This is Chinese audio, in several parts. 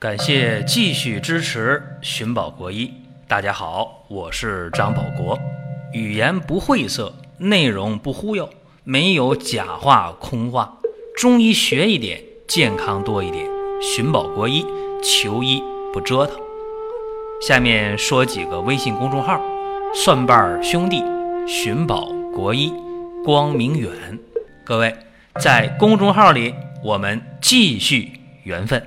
感谢继续支持寻宝国医。大家好，我是张保国，语言不晦涩，内容不忽悠，没有假话空话，中医学一点，健康多一点。寻宝国医，求医不折腾。下面说几个微信公众号：蒜瓣兄弟、寻宝国医、光明远。各位在公众号里，我们继续缘分。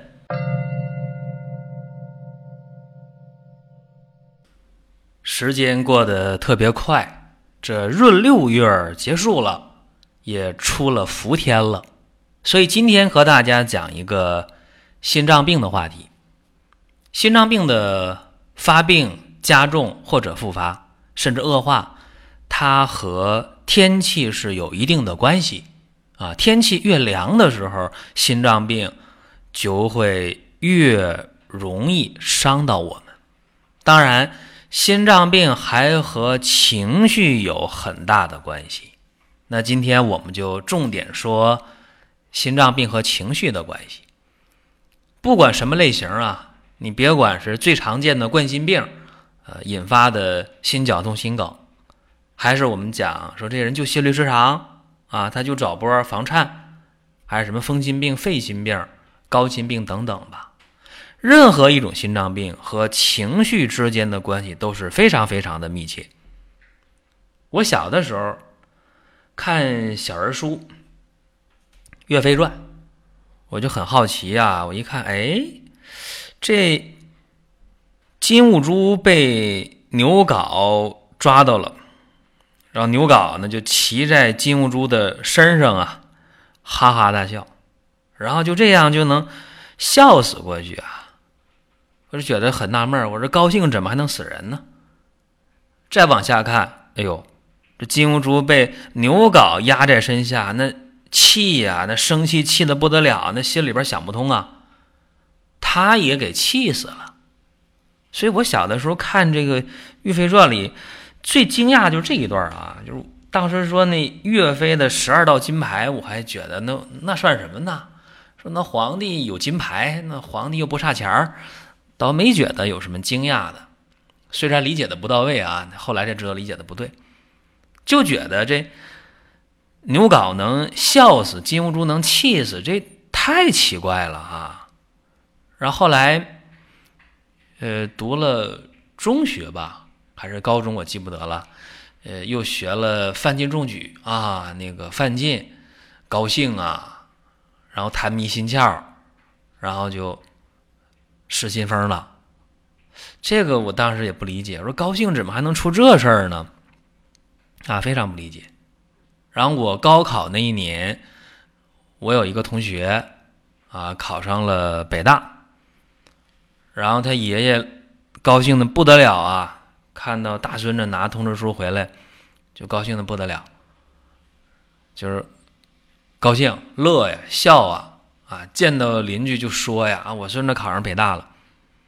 时间过得特别快，这闰6月结束了，也出了伏天了，所以今天和大家讲一个心脏病的话题。心脏病的发病、加重或者复发，甚至恶化，它和天气是有一定的关系啊。天气越凉的时候，心脏病就会越容易伤到我们。当然心脏病还和情绪有很大的关系，那今天我们就重点说心脏病和情绪的关系。不管什么类型啊，你别管是最常见的冠心病引发的心绞痛心梗，还是我们讲说这人就心律失常啊，他就找波房颤，还是什么风心病、肺心病、高心病等等吧。任何一种心脏病和情绪之间的关系都是非常非常的密切。我小的时候看小人书《岳飞传》，我就很好奇啊，我一看，这金兀术被牛皋抓到了，然后牛皋呢就骑在金兀术的身上啊，哈哈大笑，然后就这样就能笑死过去啊。我就觉得很纳闷，我说高兴怎么还能死人呢？再往下看，这金兀术被牛皋压在身下，那气呀，那生气气得不得了，那心里边想不通啊，他也给气死了。所以我小的时候看这个《岳飞传》里最惊讶就是这一段啊，就是当时说那岳飞的12道金牌，我还觉得那算什么呢？说那皇帝有金牌，那皇帝又不差钱儿，倒没觉得有什么惊讶的。虽然理解的不到位啊，后来才知道理解的不对，就觉得这牛皋能笑死，金兀术能气死，这太奇怪了啊。然后后来读了中学吧还是高中我记不得了，又学了范进中举啊，那个范进高兴啊，然后痰迷心窍，然后就失心疯了。这个我当时也不理解，我说高兴怎么还能出这事儿呢？非常不理解。然后我高考那一年，我有一个同学考上了北大，然后他爷爷高兴的不得了啊，看到大孙子拿通知书回来就高兴的不得了，就是高兴乐呀笑啊，见到邻居就说呀我孙子考上北大了。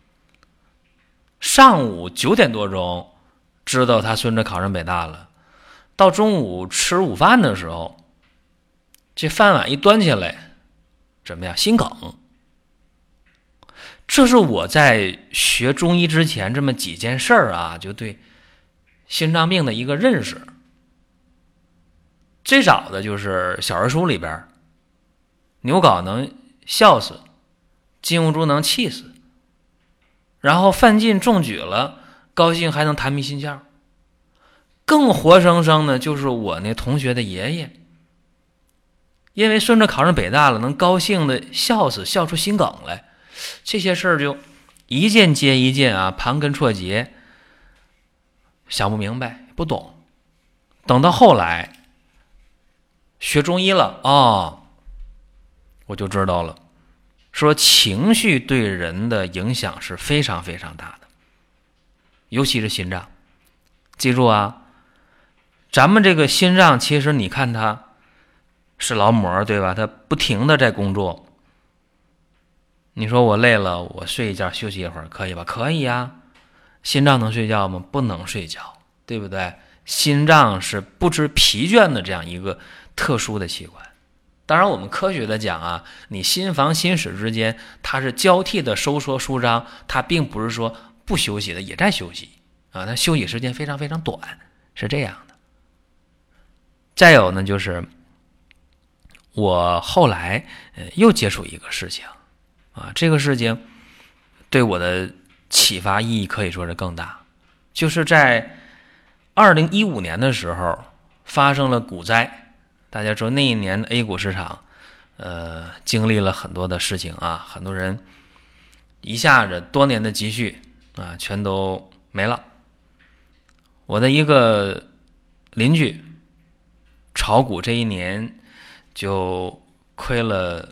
上午9点多钟知道他孙子考上北大了，到中午吃午饭的时候，这饭碗一端起来，怎么样？心梗。这是我在学中医之前这么几件事儿啊，就对心脏病的一个认识。最早的就是小人书里边，牛皋能笑死，金兀术能气死，然后范进中举了，高兴还能痰迷心窍。更活生生的就是我那同学的爷爷，因为孙子考上北大了，能高兴的笑死，笑出心梗来。这些事儿就一件接一件啊，盘根错节，想不明白不懂。等到后来学中医了我就知道了，说情绪对人的影响是非常非常大的，尤其是心脏。记住啊，咱们这个心脏其实你看它是劳模，对吧？它不停的在工作。你说我累了，我睡一觉休息一会儿可以吧？可以啊。心脏能睡觉吗？不能睡觉，对不对？心脏是不知疲倦的这样一个特殊的器官。 当然我们科学的讲啊，你心房心室之间它是交替的收缩舒张，它并不是说不休息的，也在休息啊，它休息时间非常非常短，是这样的。再有呢，就是我后来又接触一个事情啊，这个事情对我的启发意义可以说是更大，就是在2015年的时候发生了股灾。大家说那一年 A 股市场经历了很多的事情啊，很多人一下子多年的积蓄啊全都没了。我的一个邻居炒股这一年就亏了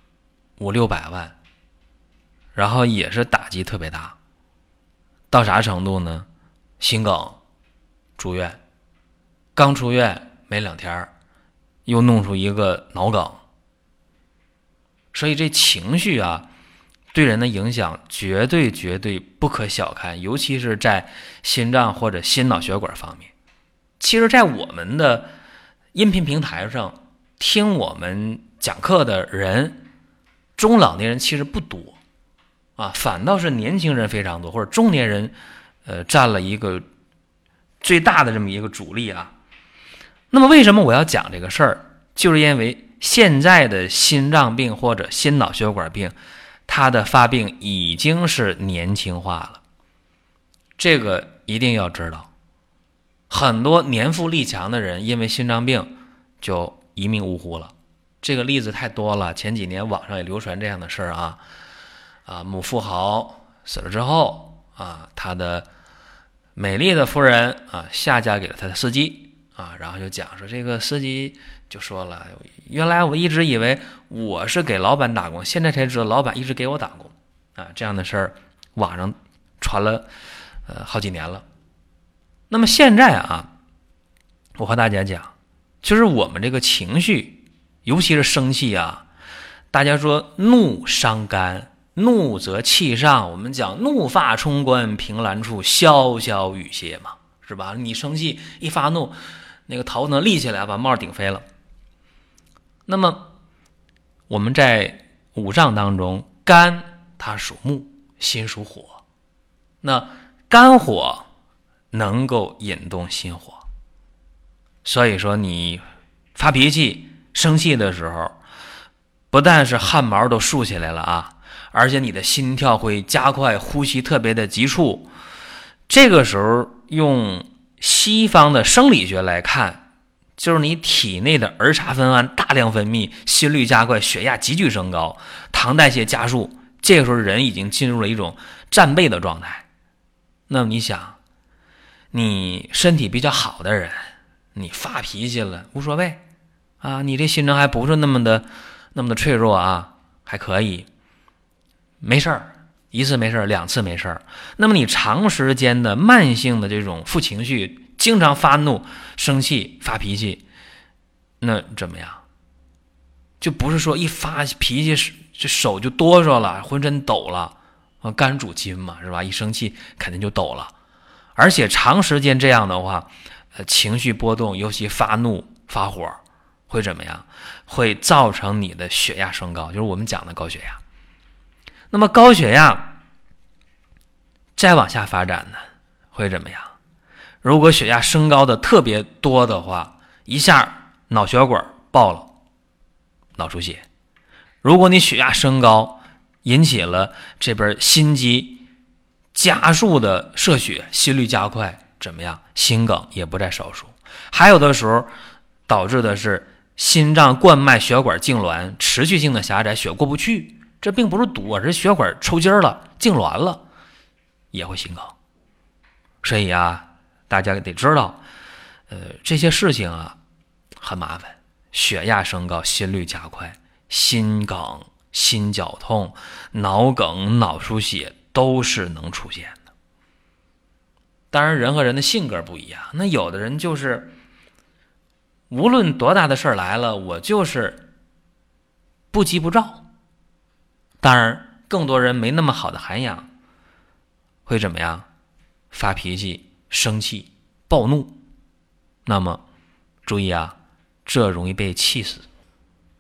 500-600万，然后也是打击特别大，到啥程度呢？心梗住院，刚出院没2天又弄出一个脑梗。所以这情绪啊对人的影响绝对不可小看，尤其是在心脏或者心脑血管方面。其实在我们的音频平台上听我们讲课的人，中老年人其实不多啊，反倒是年轻人非常多，或者中年人占了一个最大的这么一个主力啊。那么为什么我要讲这个事儿？就是因为现在的心脏病或者心脑血管病，它的发病已经是年轻化了，这个一定要知道。很多年富力强的人因为心脏病就一命呜呼了，这个例子太多了。前几年网上也流传这样的事儿啊，某富豪死了之后啊，他的美丽的夫人啊下嫁给了他的司机啊，然后就讲说这个司机就说了，原来我一直以为我是给老板打工，现在才知道老板一直给我打工啊，这样的事儿网上传了好几年了。那么现在啊，我和大家讲，就是我们这个情绪，尤其是生气啊，大家说怒伤肝，怒则气上，我们讲怒发冲冠，凭栏处，潇潇雨歇嘛，是吧？你生气一发怒，那个头能立起来，把帽顶飞了。那么我们在五脏当中，肝它属木，心属火，那肝火能够引动心火，所以说你发脾气生气的时候，不但是汗毛都竖起来了啊，而且你的心跳会加快，呼吸特别的急促。这个时候用西方的生理学来看，就是你体内的儿茶酚胺大量分泌，心率加快，血压急剧升高，糖代谢加速，这个时候人已经进入了一种战备的状态。那么你想，你身体比较好的人，你发脾气了无所谓啊，你这心脏还不是那么的脆弱啊，还可以，没事儿，1次没事儿，2次没事儿。那么你长时间的慢性的这种负情绪，经常发怒生气发脾气，那怎么样？就不是说一发脾气这手就哆嗦了，浑身抖了啊，肝主筋嘛，是吧？一生气肯定就抖了，而且长时间这样的话，情绪波动，尤其发怒发火会怎么样？会造成你的血压升高，就是我们讲的高血压。那么高血压再往下发展呢，会怎么样？如果血压升高的特别多的话，一下脑血管爆了，脑出血。如果你血压升高，引起了这边心肌加速的射血，心率加快，怎么样？心梗也不在少数。还有的时候导致的是心脏冠脉血管痉挛，持续性的狭窄，血过不去。这并不是堵，而是血管抽筋了，痉挛了，也会心梗。所以啊，大家得知道，这些事情啊很麻烦，血压升高，心率加快，心梗、心绞痛、脑梗、脑出血都是能出现的。当然，人和人的性格不一样，那有的人就是无论多大的事儿来了，我就是不急不躁。当然，更多人没那么好的涵养，会怎么样？发脾气、生气、暴怒。那么，注意啊，这容易被气死。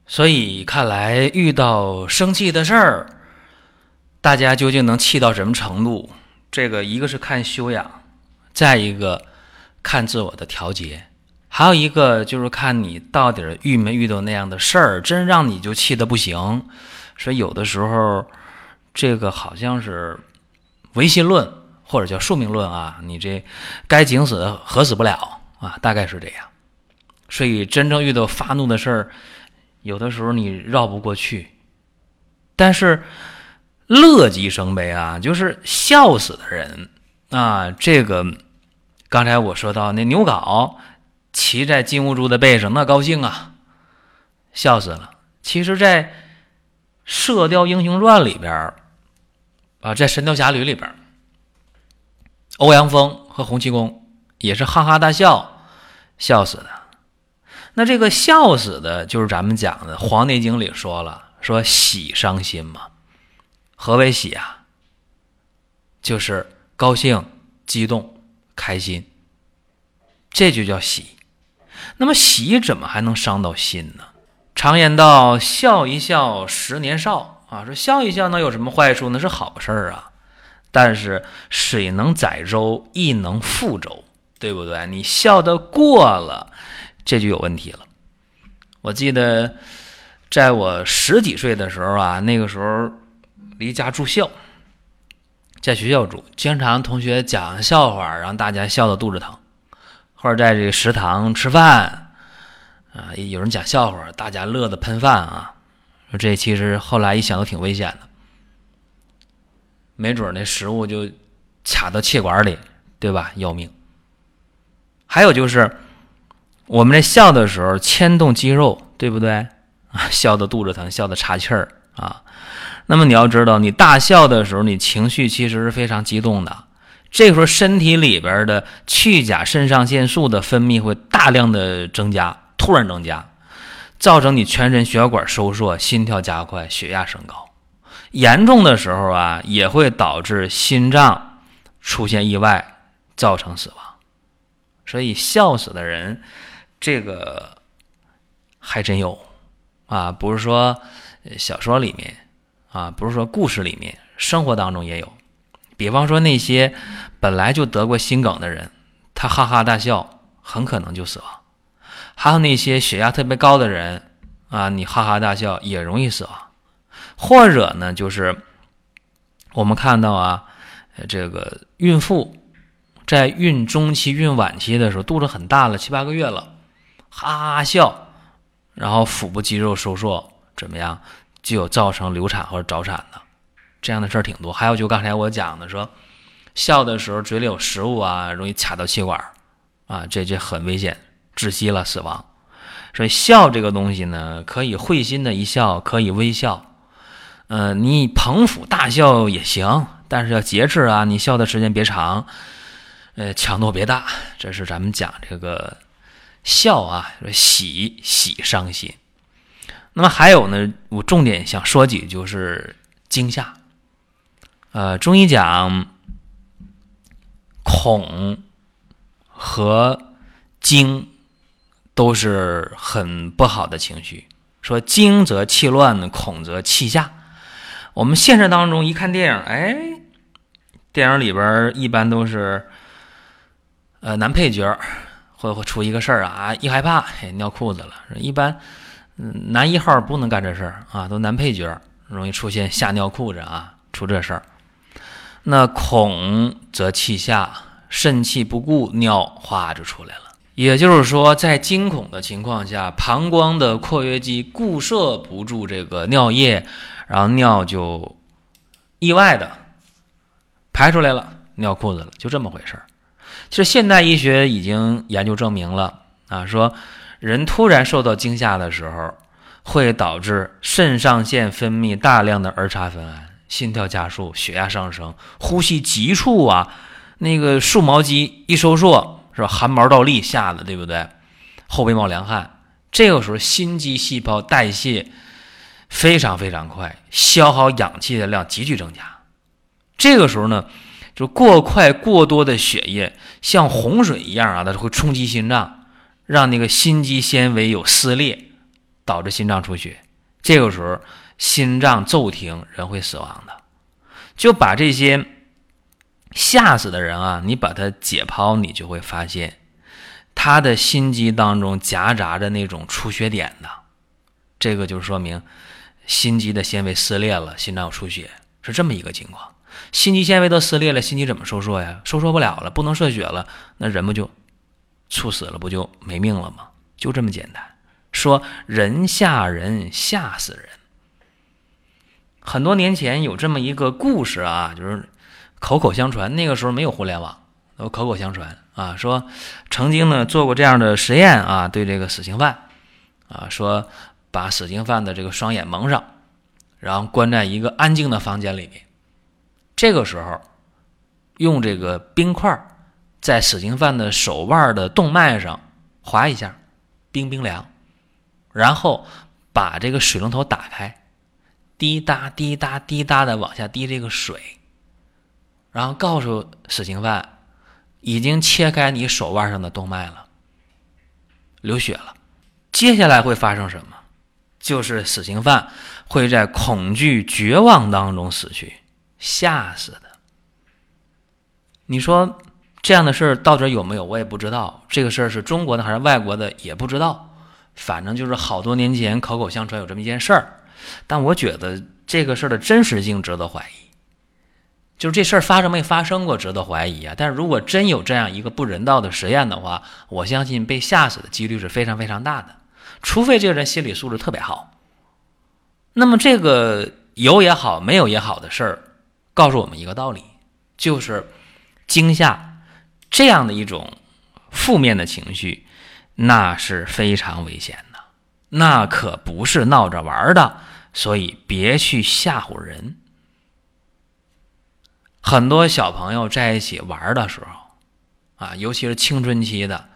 所以看来遇到生气的事儿，大家究竟能气到什么程度？这个一个是看修养，再一个看自我的调节，还有一个就是看你到底遇没遇到那样的事儿，真让你就气得不行。所以有的时候这个好像是唯心论或者叫宿命论啊，你这该警死何死不了啊，大概是这样。所以真正遇到发怒的事儿，有的时候你绕不过去，但是乐极生悲啊，就是笑死的人啊。这个刚才我说到那牛皋骑在金兀术的背上，那高兴啊，笑死了。其实在《射雕英雄传》里边啊，在《神雕侠侣》里边，欧阳锋和洪七公也是哈哈大笑，笑死的。那这个笑死的就是咱们讲的《黄帝经》里说了，说喜伤心嘛。何为喜啊？就是高兴、激动、开心，这就叫喜。那么喜怎么还能伤到心呢？常言道，笑一笑10年少啊，说笑一笑能有什么坏处？那是好事啊。但是水能载舟，亦能覆舟，对不对？你笑得过了，这就有问题了。我记得在我10几岁的时候啊，那个时候离家住校，在学校住，经常同学讲笑话让大家笑得肚子疼，或者在这个食堂吃饭啊，有人讲笑话，大家乐得喷饭啊。这其实后来一想都挺危险的，没准那食物就卡到气管里，对吧？要命。还有就是我们在笑的时候牵动肌肉，对不对？笑得肚子疼，笑得岔气儿啊。那么你要知道，你大笑的时候，你情绪其实是非常激动的，这个时候身体里边的去甲肾上腺素的分泌会大量的增加，突然增加，造成你全身血管收缩，心跳加快，血压升高。严重的时候啊，也会导致心脏出现意外，造成死亡。所以笑死的人，这个还真有啊，不是说小说里面啊，不是说故事里面，生活当中也有。比方说那些本来就得过心梗的人，他哈哈大笑，很可能就死亡。还有那些血压特别高的人啊，你哈哈大笑也容易死亡。或者呢，就是我们看到啊，这个孕妇在孕中期、孕晚期的时候，肚子很大了，7、8个月了，哈哈笑，然后腹部肌肉收缩，怎么样，就有造成流产或者早产的，这样的事儿挺多。还有就刚才我讲的说，笑的时候嘴里有食物啊，容易卡到气管啊，这很危险，窒息了，死亡。所以笑这个东西呢，可以会心的一笑，可以微笑。你捧腹大笑也行，但是要节制啊，你笑的时间别长，强度别大。这是咱们讲这个笑啊，喜伤心。那么还有呢，我重点想说几句，就是惊吓。中医讲恐和惊都是很不好的情绪，说惊则气乱，恐则气下。我们现实当中一看电影，电影里边一般都是男配角会出一个事儿啊，一害怕尿裤子了。一般男一号不能干这事儿啊，都男配角容易出现吓尿裤子啊，出这事儿。那恐则气下，肾气不固，尿哗就出来了。也就是说，在惊恐的情况下，膀胱的括约肌固摄不住这个尿液，然后尿就意外的排出来了，尿裤子了，就这么回事儿。其实现代医学已经研究证明了啊，说人突然受到惊吓的时候，会导致肾上腺分泌大量的儿茶酚胺，心跳加速，血压上升，呼吸急促啊，那个竖毛肌一收缩，是吧？汗毛倒立，吓得对不对？后背冒凉汗，这个时候心肌细胞代谢非常非常快，消耗氧气的量急剧增加。这个时候呢，就过快过多的血液像洪水一样啊，它会冲击心脏，让那个心肌纤维有撕裂导致心脏出血，这个时候心脏骤停，人会死亡的。就把这些吓死的人啊，你把它解剖，你就会发现他的心肌当中夹杂着那种出血点的，这个就说明心肌的纤维撕裂了，心脏有出血，是这么一个情况。心肌纤维都撕裂了，心肌怎么收缩呀？收缩不了了，不能射血了，那人不就猝死了，不就没命了吗？就这么简单。说人吓人，吓死人。很多年前有这么一个故事啊，就是口口相传，那个时候没有互联网，都口口相传啊，说曾经呢做过这样的实验啊，对这个死刑犯啊，说把死刑犯的这个双眼蒙上，然后关在一个安静的房间里面，这个时候用这个冰块在死刑犯的手腕的动脉上划一下，冰冰凉，然后把这个水龙头打开，滴答滴答滴答的往下滴这个水，然后告诉死刑犯已经切开你手腕上的动脉了，流血了。接下来会发生什么？就是死刑犯会在恐惧绝望当中死去，吓死的。你说这样的事儿到底有没有？我也不知道，这个事儿是中国的还是外国的也不知道，反正就是好多年前口口相传有这么一件事儿。但我觉得这个事儿的真实性值得怀疑，就是这事儿发生没发生过值得怀疑啊。但是如果真有这样一个不人道的实验的话，我相信被吓死的几率是非常非常大的，除非这个人心理素质特别好。那么这个有也好没有也好的事儿告诉我们一个道理，就是惊吓这样的一种负面的情绪，那是非常危险的，那可不是闹着玩的，所以别去吓唬人。很多小朋友在一起玩的时候啊，尤其是青春期的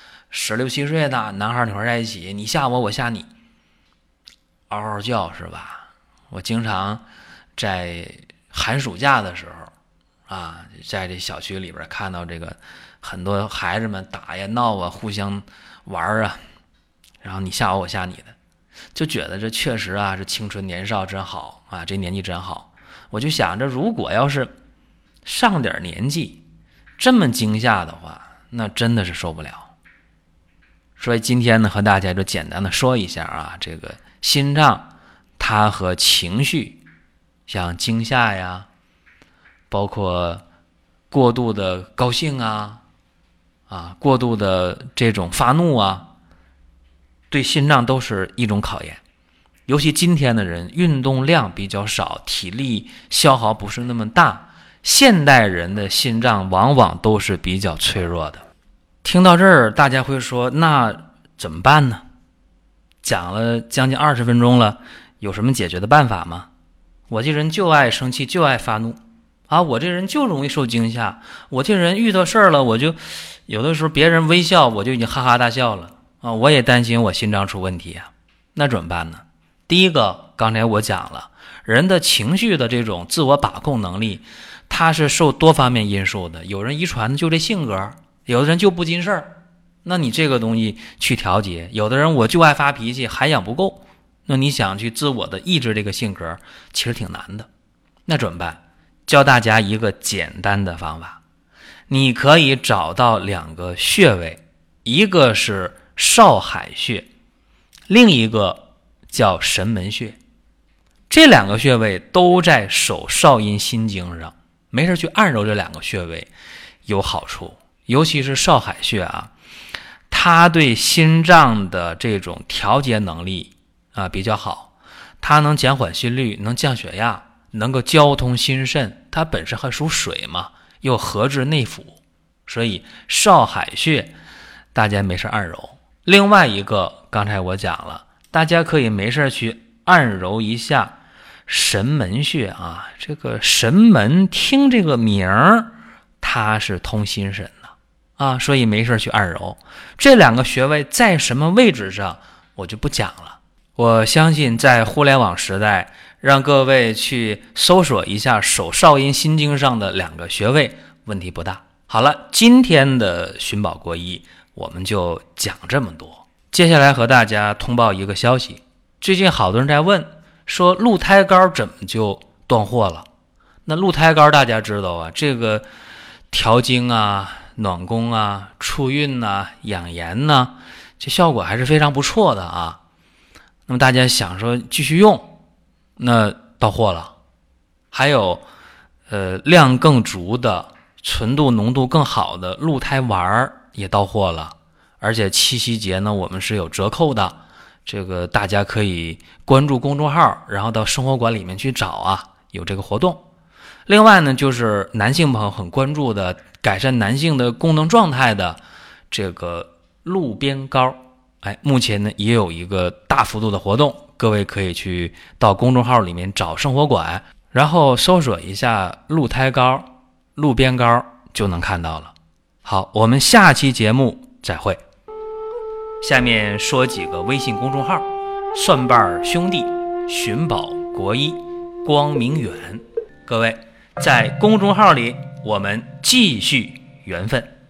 16、17岁的男孩女孩在一起，你吓我我吓你，嗷嗷叫是吧？我经常在寒暑假的时候啊，在这小区里边看到这个很多孩子们打呀闹啊，互相玩啊，然后你吓我我吓你的，就觉得这确实啊是青春年少真好啊，这年纪真好。我就想着如果要是上点年纪这么惊吓的话，那真的是受不了。所以今天呢和大家就简单的说一下啊，这个心脏它和情绪，像惊吓呀，包括过度的高兴啊，过度的这种发怒啊，对心脏都是一种考验。尤其今天的人运动量比较少，体力消耗不是那么大，现代人的心脏往往都是比较脆弱的。听到这儿大家会说那怎么办呢？讲了将近20分钟了，有什么解决的办法吗？我这人就爱生气，就爱发怒啊！我这人就容易受惊吓，我这人遇到事儿了，我就有的时候别人微笑我就已经哈哈大笑了啊！我也担心我心脏出问题啊，那怎么办呢？第一个，刚才我讲了，人的情绪的这种自我把控能力，它是受多方面因素的，有人遗传的就这性格，有的人就不经事儿，那你这个东西去调节，有的人我就爱发脾气，涵养不够，那你想去自我的抑制这个性格其实挺难的。那怎么办？教大家一个简单的方法，你可以找到2个穴位，一个是少海穴，另一个叫神门穴。这2个穴位都在手少阴心经上，没事去按揉这2个穴位有好处。尤其是少海穴啊，它对心脏的这种调节能力比较好，它能减缓心率，能降血压，能够交通心肾，它本身还属水嘛，又合治内腑，所以少海穴大家没事按揉。另外一个刚才我讲了，大家可以没事去按揉一下神门穴啊。这个神门听这个名儿，它是通心神的所以没事去按揉。这2个穴位在什么位置上我就不讲了，我相信在互联网时代，让各位去搜索一下手少阴心经上的2个穴位，问题不大。好了，今天的寻宝国医我们就讲这么多。 接下来和大家通报一个消息，最近好多人在问，说鹿胎膏怎么就断货了？那鹿胎膏大家知道啊，这个调经啊、暖宫啊、促孕啊、养颜啊，这效果还是非常不错的啊。那么大家想说继续用，那到货了。还有量更足的、纯度浓度更好的鹿胎丸也到货了，而且七夕节呢我们是有折扣的，这个大家可以关注公众号，然后到生活馆里面去找啊，有这个活动。另外呢，就是男性朋友很关注的改善男性的功能状态的这个鹿鞭膏，目前呢也有一个大幅度的活动，各位可以去到公众号里面找生活馆，然后搜索一下鹿胎膏、鹿鞭膏就能看到了。好，我们下期节目再会。下面说几个微信公众号：蒜瓣兄弟、寻宝国医、光明远。各位在公众号里我们继续缘分。